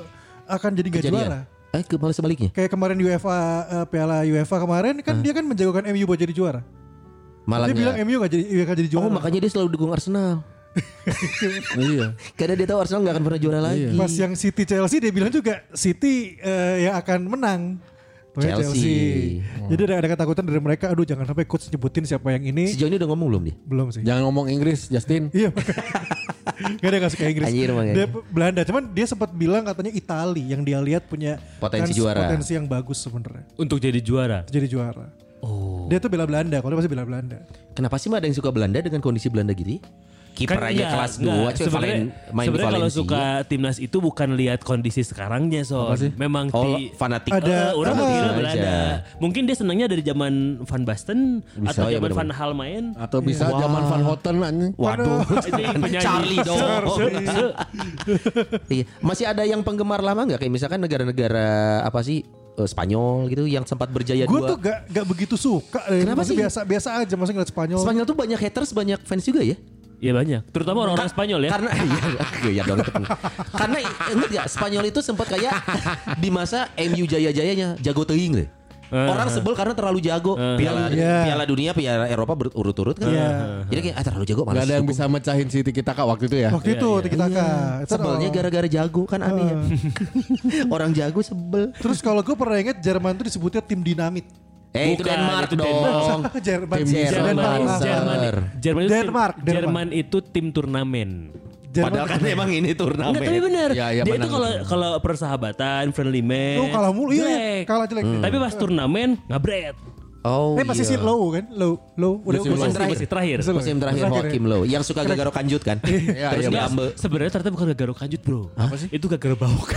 akan jadi nggak Kejadian. juara. Eh ke malah sebaliknya. Kayak kemarin UEFA uh, Piala UEFA kemarin kan dia kan menjagokan M U buat jadi juara. Malah Dia bilang M U nggak jadi nggak jadi juara. Oh makanya dia selalu dukung Arsenal. Iya. Karena dia tahu Arsenal gak akan pernah juara lagi. Pas yang City Chelsea dia bilang juga City uh, yang akan menang. Pokoknya Chelsea. Chelsea. Jadi ada, ada ketakutan dari mereka. Aduh jangan sampai coach nyebutin siapa yang ini. Sejauh ini udah ngomong belum dia? Belum sih. Jangan ngomong Inggris, Justin. Iya. Gak ada gak suka Inggris. Anjir, emang ya. Dia Belanda. Cuman dia sempat bilang katanya Itali yang dia lihat punya Potensi kans- juara. Potensi yang bagus sebenarnya. Untuk jadi juara. Jadi juara. Oh. Dia tuh bela Belanda. Kalau dia pasti bela Belanda. Kenapa sih mah ada yang suka Belanda dengan kondisi Belanda gitu? Kiper aja enggak, kelas enggak. dua cuy Sebenarnya Valen, main di sebenarnya kalau Valencia. suka timnas itu bukan lihat kondisi sekarangnya so. Memang Oh, ti- fanatik. Ada- Eh, orang ah. gila Aja. Belanda. Mungkin dia senangnya dari zaman Van Basten atau Oh, iya, zaman bener-bener. Van Hal main. Atau bisa Wah. zaman Van Houten anjing. Waduh. Ini penyanyi. Charlie dong. Se- Iya. Masih ada yang penggemar lama nggak kayak misalkan negara-negara apa sih eh, Spanyol gitu yang sempat berjaya Gue dua. tuh gak, gak begitu suka. deh. Kenapa Maksudnya sih? Biasa, biasa aja maksudnya ngeliat Spanyol. Spanyol tuh banyak haters, banyak fans juga ya. Iya banyak. Terutama orang-orang Spanyol ya. Karena iya, iya dong. Itu. Karena inget gak Spanyol itu sempat kayak di masa M U jaya-jayanya jago teuing deh. Orang sebel karena terlalu jago. Piala Iya. Piala Dunia, Piala Eropa berurut-urut kan. Iya. Jadi kayak ah, terlalu jago Gak malas. ada yang dukung. bisa mecahin si Tiki Taka waktu itu ya. Waktu itu Tiki Taka. Itu Sebelnya oh. gara-gara jago kan aneh ya. Orang jago sebel. Terus kalau gue pernah inget Jerman tuh disebutnya tim dinamit. Eh itu Bukan, Denmark itu dong. Jerman. Tim Jerman, Denmark. Jerman, Jerman, Jerman itu tim- Denmark, Denmark. Jerman itu tim turnamen. Jerman. Padahal kan emang ini turnamen. Enggak, tapi benar. Ya, ya, Dia menang. itu kalau kalau persahabatan, friendly match. Tuh kalah mulu, iya, jelek. kalah jelek. Hmm. Tapi pas turnamen ngabret. Oh Eh pasti iya. si Low kan? Low, Low. Udah Musim udah Musim selesai. terakhir. terakhir. Musim terakhir Terakhir, Joachim Low yang suka gagaro kanjut kan. Iya, Terus iya, dia Mas. ambil. Sebenarnya ternyata bukan gagaro kanjut bro. Apa sih? Itu gagaro bauk.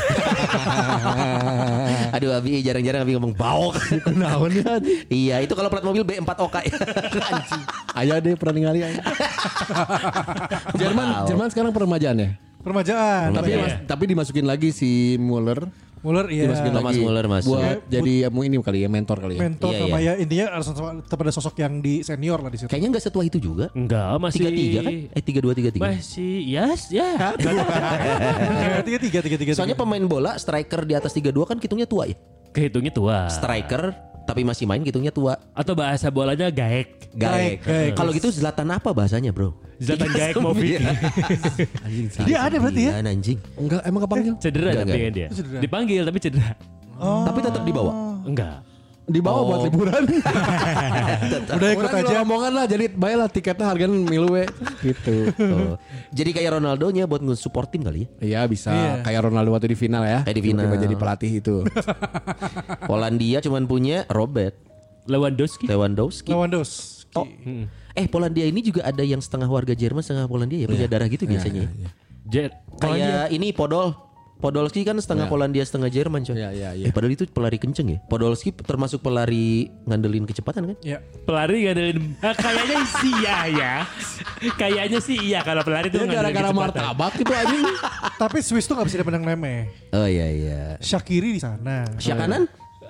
Aduh Abi jarang-jarang Abi ngomong baok. Iya itu kalau plat mobil B empat O K. Anjing. Ayo deh pernah ningali aja. Jerman, Wow. Jerman sekarang peremajaan ya. Permajaan. Tapi Iya. mas- tapi dimasukin lagi si Muller. Muller iya. Dimasukin Thomas lagi. Muller masuk. Buat jadi ya, mu ini kali ya mentor kali ya. Mentor Iya, sama iya. ya intinya harus tetap ada sosok yang di senior lah di situ. Kayaknya nggak setua itu juga. Enggak, masih Tiga tiga kan? Eh tiga dua tiga tiga. Masih yes, ya. Tiga tiga tiga tiga. Soalnya pemain bola striker di atas tiga dua kan hitungnya tua ya. Kehitungnya tua. Striker tapi masih main hitungnya tua. Atau bahasa bolanya gaek. Gaek. Gaek. Kalau gitu Zlatan apa bahasanya bro? Zlatan Gaek Movic. Dia ada berarti ya? Iya, anjing. Enggak, emang kepanggil? Cedera Enggak, tapi enggak. kan dia. Cedera. Dipanggil tapi cedera. Tapi tetap dibawa. Enggak. Dibawa buat liburan. Udah ikut Orang aja. rombongan lah, jadi bayarlah tiketnya harganya milu we. Gitu. Oh. Jadi kayak Ronaldo-nya buat nge-support tim kali ya. Iya bisa Iya. kayak Ronaldo waktu di final ya. Kayak di final. Tiba-tiba jadi pelatih itu. Polandia cuman punya Robert Lewandowski. Lewandowski. Lewandowski. Oh. Eh Polandia ini juga ada yang setengah warga Jerman, setengah Polandia ya, punya darah gitu biasanya. Jet. Kayak ini Podol. Podolski kan setengah Polandia, setengah Jerman coy. Iya, iya, iya. Eh padahal itu pelari kenceng ya. Podolski termasuk pelari ngandelin kecepatan kan? Ya. Pelari ngandelin ah, kayaknya sih iya ya. Kayaknya sih iya kalau pelari itu Dia ngandelin gara-gara kecepatan. martabak itu anjing. Tapi Swiss tuh gak bisa dipandang remeh. Oh iya iya. Shaqiri di sana. Syak kanan?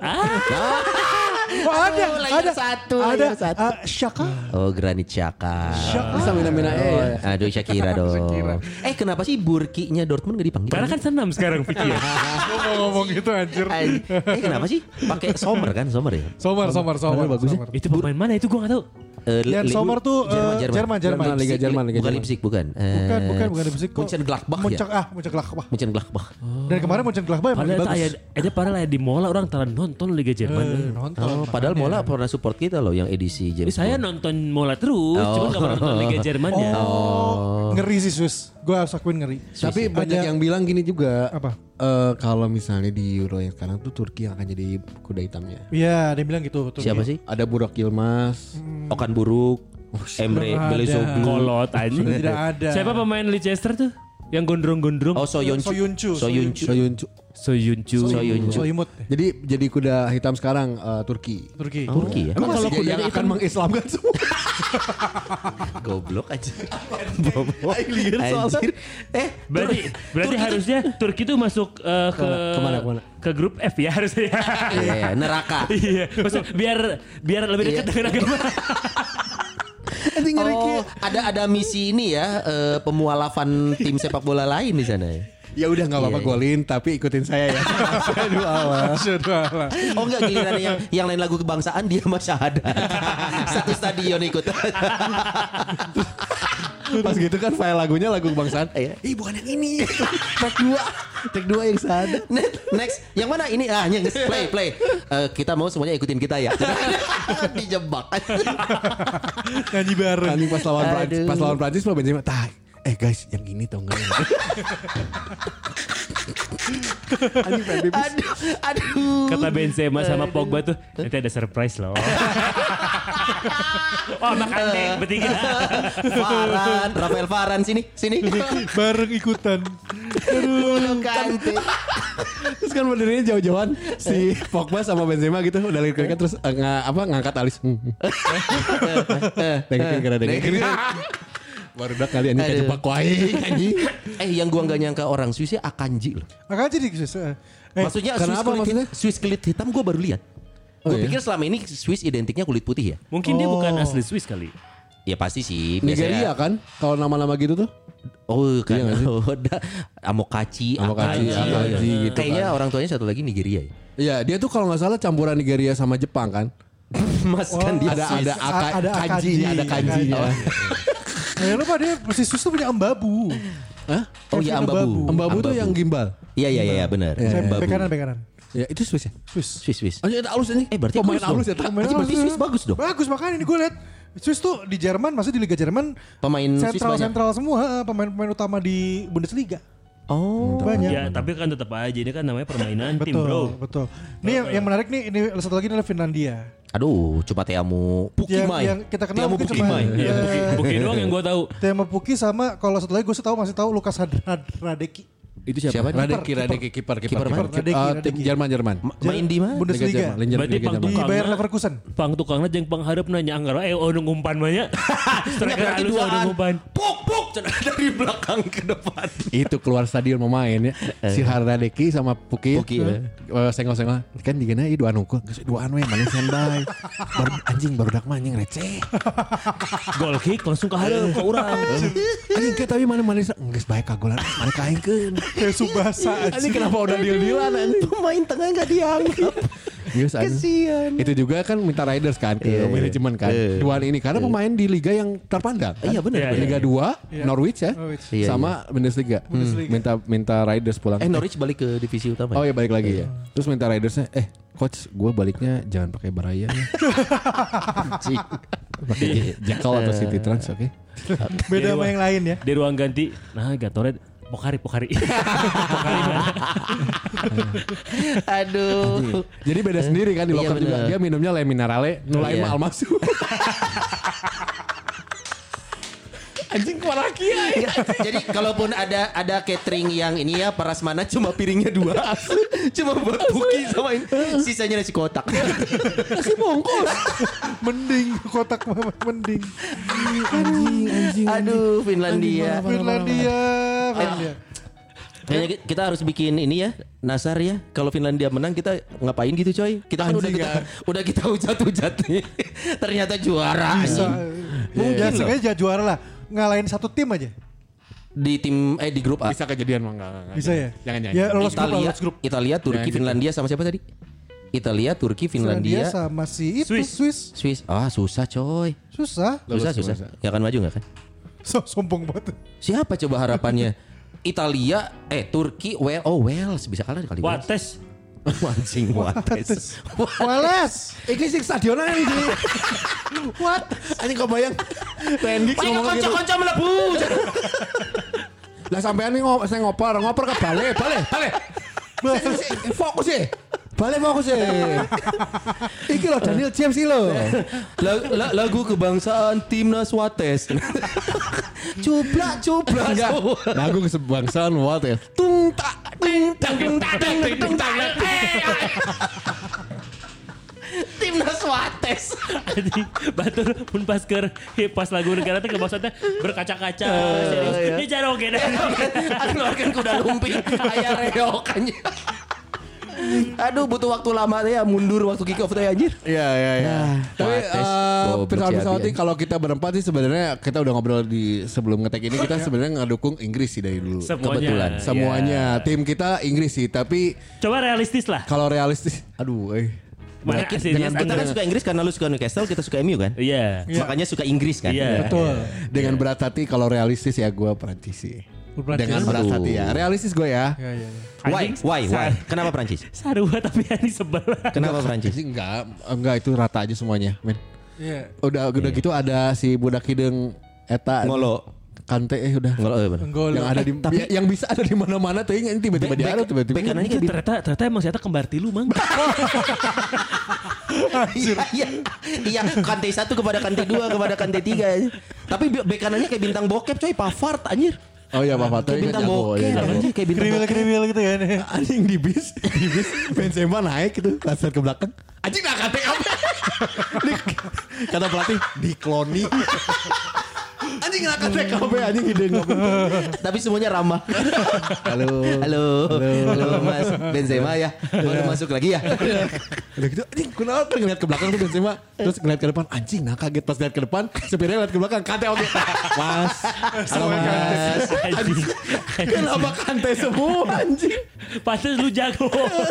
Oh, ada, layer ada satu, ada layer satu. uh, Shaka. Oh Granit Xhaka. Bisa mina-mina eh ya. Aduh Shakira dong. Eh kenapa sih Burki-nya Dortmund gak dipanggil? Karena kan senam sekarang Vicky ya. Gue mau ngomong gitu anjir. Eh eh, kenapa sih? Pakai Sommer kan, Sommer ya? Sommer, Sommer, Sommer. bagus ya. Sommer. Itu pemain mana itu gua gak tahu. Eh, Yang li- Sommer tuh Jerman, eh, Jerman. Jerman, Jerman. Jerman, Liga Jerman, Liga Bukan Jerman. Leipzig, bukan. Eh, Bukan, bukan, bukan Leipzig kok. Mönchengladbach ya? Muncak ah, Mönchengladbach. Mönchengladbach. Dan kemarin Mönchengladbach emang Padahal itu bagus. aya aja padahal aya di mola orang taran nonton Liga Jerman. Eh, nonton. Oh, padahal Mola pernah support kita loh yang edisi Jadi James saya Bond. nonton mola terus, Oh. cuma gak pernah nonton Liga Jermannya. Oh, ngeri sih Swiss. Gue harus akuin ngeri. Tapi banyak Ada- yang bilang gini juga. Apa? eh, kalau misalnya di Euro yang sekarang tuh Turki yang akan jadi kuda hitamnya. Iya, dia bilang gitu. Betul. Siapa sih? Ada Burak Yilmaz. Okan Buruk, Emre Belum ada. Belezoglu. Kolot aja. Tidak ada. Siapa pemain Leicester tuh? Yang gondrong-gondrong. Oh Soyuncu. Soyuncu. Soyuncu. Soyuncu. Soyuncu. Soyuncu. Soyumut. Jadi jadi kuda hitam sekarang eh, Turki. Turki. Turki ya? Emang kalau kalau kudanya yang hitam- akan mengislamkan semua. Goblok aja. Bobo. Anjir. Eh, Berarti berarti harusnya Turki tuh masuk eh, ke Kemana, kemana? ke grup F ya harusnya. iya, iya, neraka. Iya, maksud biar biar lebih dekat dengan agama. Oh, ada ada misi ini ya, eh, pemualafan tim sepak bola lain di sana ya. Ya udah nggak apa-apa Iya, iya. golin tapi ikutin saya ya. Asyhadu Allah. Asyhadu Allah. Oh enggak, giliran yang yang lain lagu kebangsaan dia mah syahadat. Satu stadion ikut. Pas gitu kan file lagunya lagu kebangsaan. Iya. Ih bukan yang ini. Track dua. Track dua yang sadar. Next, next, yang mana ini? Ah, yang play, play. Eh, kita mau semuanya ikutin kita ya. Dijebak. Nyanyi bareng. Anjing pas lawan Prancis, Aduh. pas lawan Prancis lo Benzema, "Tah, eh guys, yang ini tau enggak?" Anjing fan babies. Aduh, aduh. Kata Benzema sama Pogba tuh nanti ada surprise loh. Oh makan deh bertiga. Varane, Rafael Varane sini, sini. Bareng ikutan. Aduh, Kante. Terus kan berdirinya jauh-jauhan si Pogba sama Benzema gitu udah lari kriket terus eh, nga, apa ngangkat alis. Dengerin kira dengerin. Baru dak kali anjing Aduh. kejebak wae anjing. Eh, yang gua nggak nyangka orang Swiss ya Akanji loh. Makanya jadi Sus. Eh, Maksudnya Swiss kenapa kulit, maksudnya? Swiss kulit hitam gua baru lihat. Oh, Gue iya? pikir selama ini Swiss identiknya kulit putih ya. Mungkin dia Oh. bukan asli Swiss kali. Ya pasti sih. Nigeria biasanya- kan kalau nama-nama gitu tuh. Oh kan. Iya nggak sih? Udah Amokachi, Amokachi, Akanji. Akanji gitu Kayaknya kan. orang tuanya satu lagi Nigeria ya. Iya, dia tuh kalau nggak salah campuran Nigeria sama Jepang kan. Mas kan dia ada Swiss. ada aka, Ada kanjinya, ada kanjinya. Kayak lupa dia si Sus tuh punya embabu. Hah? Oh iya Kevin Ambabu. Embabu tuh yang gimbal. Iya iya iya benar. Saya Ambabu. bek kanan bek kanan. Ya itu Swiss ya. Swiss. Swiss Swiss. Oh, itu halus ini. Eh berarti pemain halus halus ya. dong. tak? Pemain Berarti halus. Swiss bagus dong. Bagus makanya ini gue lihat. Swiss tuh di Jerman, masih di Liga Jerman Pemain Swiss sentral banyak. sentral semua eh, pemain-pemain utama di Bundesliga. Oh. Banyak. Ya tapi kan tetap aja ini kan namanya permainan tim Betul, bro. betul. Ini yang, yang menarik nih, ini satu lagi adalah Finlandia. Aduh, coba Teamu Yang, Pukimai. yang kita kenal Teamu mungkin Pukimai. cuma Iya, Buki, eh, Buki doang yang gue tahu. Tema Puki sama kalau satu lagi gue tahu masih tahu Lukas Had- Had- Radeki. Itu siapa? Siapa nih? Radeki, Radeki kiper kiper Kiper mana? kiper. Radeki, Eh, tim Radeki. Jerman Jerman. Ma- Main di mana? Liga Bundesliga. Jerman, Liga Berarti Liga Pang Jerman. Di Tukang Bayer na- Leverkusen. Pang tukangnya jeung pangharep nanya anggar eh oh ngumpan banyak. Striker Berarti halus oh duaan. ngumpan. Puk puk dari belakang ke depan. Itu keluar stadion mau main ya. Si Radeki sama Puki. Puki, ya. Eh, Senggol-senggol. Kan digana ieu duaan unggul. Geus duaan we manis standby. Baru anjing baru dak mah anjing receh. Goal kick langsung ke hareup ke urang. Anjing ke tapi mana manis geus bae kagolan. Mana kaengkeun. Kayak Subasa aja. Anjing kenapa udah deal-dealan anjing. Pemain tengah nggak dianggap. Geus anjing. Kesian. Itu juga kan minta riders kan ke Iya, iya. manajemen kan. Iya. Duaan ini karena pemain di liga yang terpandang. kan? Iya, benar, Iya, Liga iya. dua Norwich ya. Norwich. Iya, sama Bundesliga. Bundesliga. Minta minta riders pulang. Eh Norwich balik ke divisi utama. Oh ya balik lagi ya. Terus minta ridersnya, eh coach gue baliknya jangan pakai Baraya ya. Anjing. Pakai Jackal atau City Trans oke. Beda sama yang lain ya. Di ruang ganti. Nah Gatorade Pokari Pokari. Pokari mana? Aduh. Jadi beda sendiri kan di Iya, locker juga. bener. Dia minumnya Le Minerale, nulain Iya. mah Almasu. Anjing kualaki ya. Jadi kalaupun ada ada catering yang ini ya Parasmana cuma piringnya dua. Cuma buat Puki sama ini. Sisanya nasi kotak. Nasi bongkos. Mending kotak mah mending. Anjing, anjing. Aduh Finlandia. Finlandia, Finlandia. Kayaknya ki- kita harus bikin ini ya Nasar ya. Kalau Finlandia menang kita ngapain gitu coy? Kita kan udah Anjing, kita kan? udah kita hujat-hujat nih. Ternyata juara Bisa. anjing. Mungkin Ya loh. sengaja juara lah. Ngalahin satu tim aja. Di tim eh di grup A. Bisa kejadian mah enggak. enggak. Bisa ya? Jangan jangan. Ya lolos grup, lah, Italia, lolos grup. Italia, Turki, Jangan gitu. Finlandia sama siapa tadi? Italia, Turki, Finlandia Finlandia, sama si itu Swiss. Swiss. Swiss. Ah susah coy. Susah. Lolos Susah susah. susah. Ya akan maju nggak kan? So, sombong banget. Siapa coba harapannya? Italia, eh Turki, well, oh Wales bisa kalah kali. Wales. Wates. Anjing Wates. Wales. Iki sing stadionan ini. What? Anjing kok bayang. Randy Paling ngomong gitu. konco-konco melebu. Lah sampean nih ngop, saya ngoper, ngoper ke bale, bale, bale. Si- si- si- Fokus ya. Bale fokus ya. Iki lo Daniel James iki lo. Lagu, la- lagu kebangsaan timnas Wates. Cuplak cuplak. Enggak. Lagu kesebangsaan what ya. Tung tak ting tang ting tang ting ting ting tang. Timnas Wates. Anjing, batur pun pas ke pas lagu negara teh kebangsaan berkaca-kaca. Serius. Ini cara oke dah. Keluarkan kuda lumping. Aya reokannya. Aduh butuh waktu lama ya mundur waktu kick off tuh ya anjir. Iya iya iya. Tapi uh, Pirsawan Pirsawati kalau kita berempat sih sebenarnya kita udah ngobrol di sebelum ngetek ini kita sebenarnya ngedukung Inggris sih dari dulu. Semuanya. Kebetulan. Semuanya tim kita Inggris sih tapi Coba realistis lah. kalau realistis aduh eh Mana Kita, serius kita kan bener. suka Inggris karena lu suka Newcastle, kita suka M U kan? Iya. Makanya suka Inggris kan? Iya. Betul. dengan berat hati kalau realistis ya gue Perancis sih. Prancis. Dengan berat Aduh. hati ya. Realistis gue ya. Ya, ya, ya. Why? Anjing, Why? Why? sa- Kenapa Prancis? Sarua tapi ini sebel. Kenapa Prancis? Sih enggak, enggak itu rata aja semuanya, men. Iya. Udah udah gitu ada si budak hidung eta Ngolo. Kante eh udah. Ngolo eh bener. Enggol. Yang ada di ya- yang bisa ada di mana-mana tuh ini tiba-tiba di ada tiba-tiba. Bek kanannya Iya, kayak ternyata ternyata emang saya kembar tilu mang. Iya, iya, iya. Kante satu kepada kante dua kepada kante tiga. Tapi be- bek kanannya kayak bintang bokep coy, Pavard anjir. Oh iya Pak Fato Kayak bintang bokep iya. anjir, kayak bintang bokep. Kriwil-kriwil gitu kan. Anjing di bis, di bis Benzema naik gitu, laser ke belakang. Anjing nak kate apa? Di- Kata pelatih dikloni. Anjing nak kate apa anjing hidung apa? Tapi semuanya ramah. Halo. Halo, halo Mas Benzema ya. Baru masuk lagi ya. Udah gitu anjing kenapa ngeliat ke belakang tuh Benzema terus ngeliat ke depan anjing nah kaget pas ngeliat ke depan supirnya ngeliat ke belakang Kante oke. Mas. Halo Mas. Anjing. Kenapa Kante semua anjing? Pantes lu jago.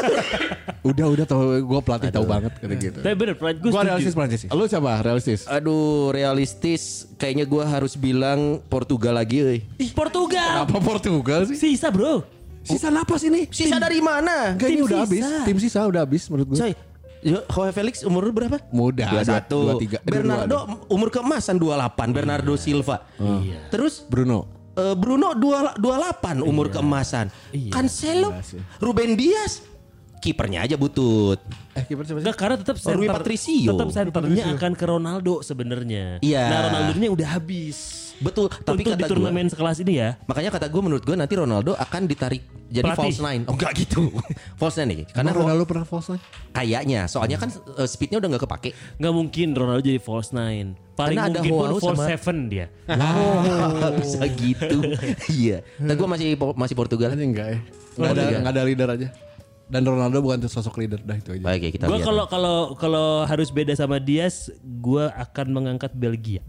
Udah udah tau gue pelatih tahu banget kayak gitu. Tapi bener, gue Gue realistis Prancis sih. Lu siapa realistis? Aduh, realistis kayaknya gua harus bilang Portugal lagi euy. Ih, Portugal. Apa Portugal sih? Sisa bro. Sisa napas ini? Sisa dari mana? Enggak ini Tim udah sisa. habis. Tim sisa udah habis menurut gue. Coy, Yo, Joao Felix umur lu berapa? Muda. dua puluh satu. dua puluh tiga. Eh, Bernardo dua puluh dua. umur keemasan dua puluh delapan. Bernardo Silva. Iya. Terus Bruno. eh, Bruno dua puluh delapan umur keemasan. Cancelo, Ruben Dias, kipernya aja butut. Eh kiper siapa sih? Enggak karena tetap Rui center, Patricio. tetap senternya akan ke Ronaldo sebenarnya. Iya. Nah Ronaldo-nya udah habis. Betul, tapi Untuk kata di gua, turnamen sekelas ini ya. makanya kata gue menurut gue nanti Ronaldo akan ditarik jadi Pelatih. false nine. Oh enggak gitu. false nine nih. Karena Karena Ronaldo pernah false line. kayaknya soalnya kan eh, speednya udah nggak kepake. Nggak mungkin Ronaldo jadi false nine. Paling Karena ada mungkin pun Joao false sama- seven dia. Oh, bisa gitu. Iya. Tapi gue masih masih Portugal. Anjing enggak ya. Enggak ada enggak ada leader aja. Dan Ronaldo bukan sosok leader dah itu aja. Baik ya kita Gue lihat. kalau kalau kalau harus beda sama Diaz, gue akan mengangkat Belgia.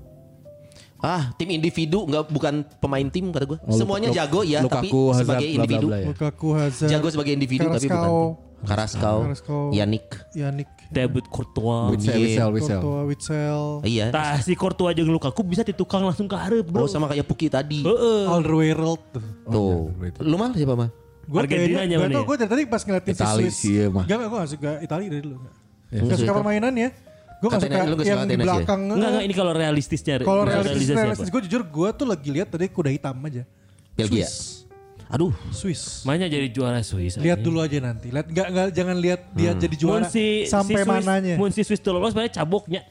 Ah, tim individu nggak bukan pemain tim kata gue. Oh, Semuanya Lu- jago ya, Lukaku, tapi Hazard, sebagai bla, bla, individu. bla, ya. Lukaku, Hazard. Jago sebagai individu tapi bukan Carrasco. tim. Carrasco, Carrasco. Yannick. Yannick. Debut Courtois. Witsel, Witsel, Witsel. Courtois, Witsel. Iya. Tah si Courtois jeung Lukaku bisa ditukang langsung ke hareup, bro. Oh sama kayak Puki tadi. Heeh. Alderweireld. Tuh. Lu mal siapa mal? Gue Argentina kayaknya, nya gak mana tau ya? gue dari tadi pas ngeliatin si Itali Swiss. sih, ya, mah. Gak, gue gak suka Itali dari dulu. Gak Nggak suka suka. permainannya. Gue gak Katanya suka lu nggak suka yang di Atenas ya? belakang. Enggak enggak ini kalau realistisnya. Kalau realistisnya realistis, siapa? realistis gue jujur gue tuh lagi lihat tadi kuda hitam aja. Belgia. Swiss. Aduh. Swiss. Makanya jadi juara Swiss. Lihat dulu aja nanti. Lihat nggak nggak jangan lihat dia jadi juara Mun si, sampai si Swiss, mananya. Mun si Swiss tuh lolos sebenarnya caboknya.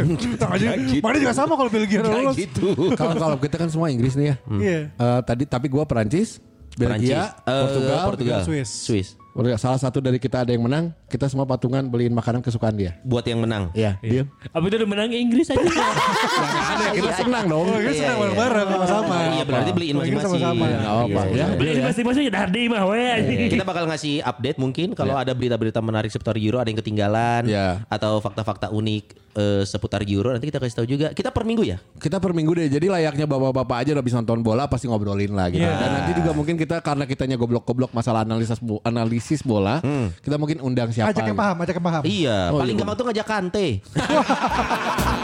Makanya juga sama kalau Belgia lolos. gitu. Kalau kalau kita kan semua Inggris nih ya. Iya. Eh, tadi tapi gua Perancis, Belgia, Prancis. Eh, Portugal, Portugal. Swiss. Swiss. Udah, salah satu dari kita ada yang menang, kita semua patungan beliin makanan kesukaan dia. Buat yang menang. Iya, dia. Apa itu udah menang Inggris aja. ada, kita senang dong. Oh, kita Iya, senang iya. bareng-bareng sama-sama. Iya berarti beliin Kita masing-masing. sama-sama. Iya, Enggak apa-apa iya. ya. Beli di masing-masing ya dardi mah we. Kita bakal ngasih update mungkin kalau ada berita-berita menarik seputar Euro, ada yang ketinggalan Iya. atau fakta-fakta unik eh, seputar Euro nanti kita kasih tahu juga. Kita per minggu ya. Kita per minggu deh. Jadi layaknya bapak-bapak aja udah bisa nonton bola pasti ngobrolin lah gitu. Iya. Dan nanti juga mungkin kita karena kitanya goblok-goblok masalah analisis bo- analisis bola, kita mungkin undang siapa. Ajak yang gitu. paham, ajak yang paham. Iya, Oh, paling iya, gampang tuh ngajak Kante.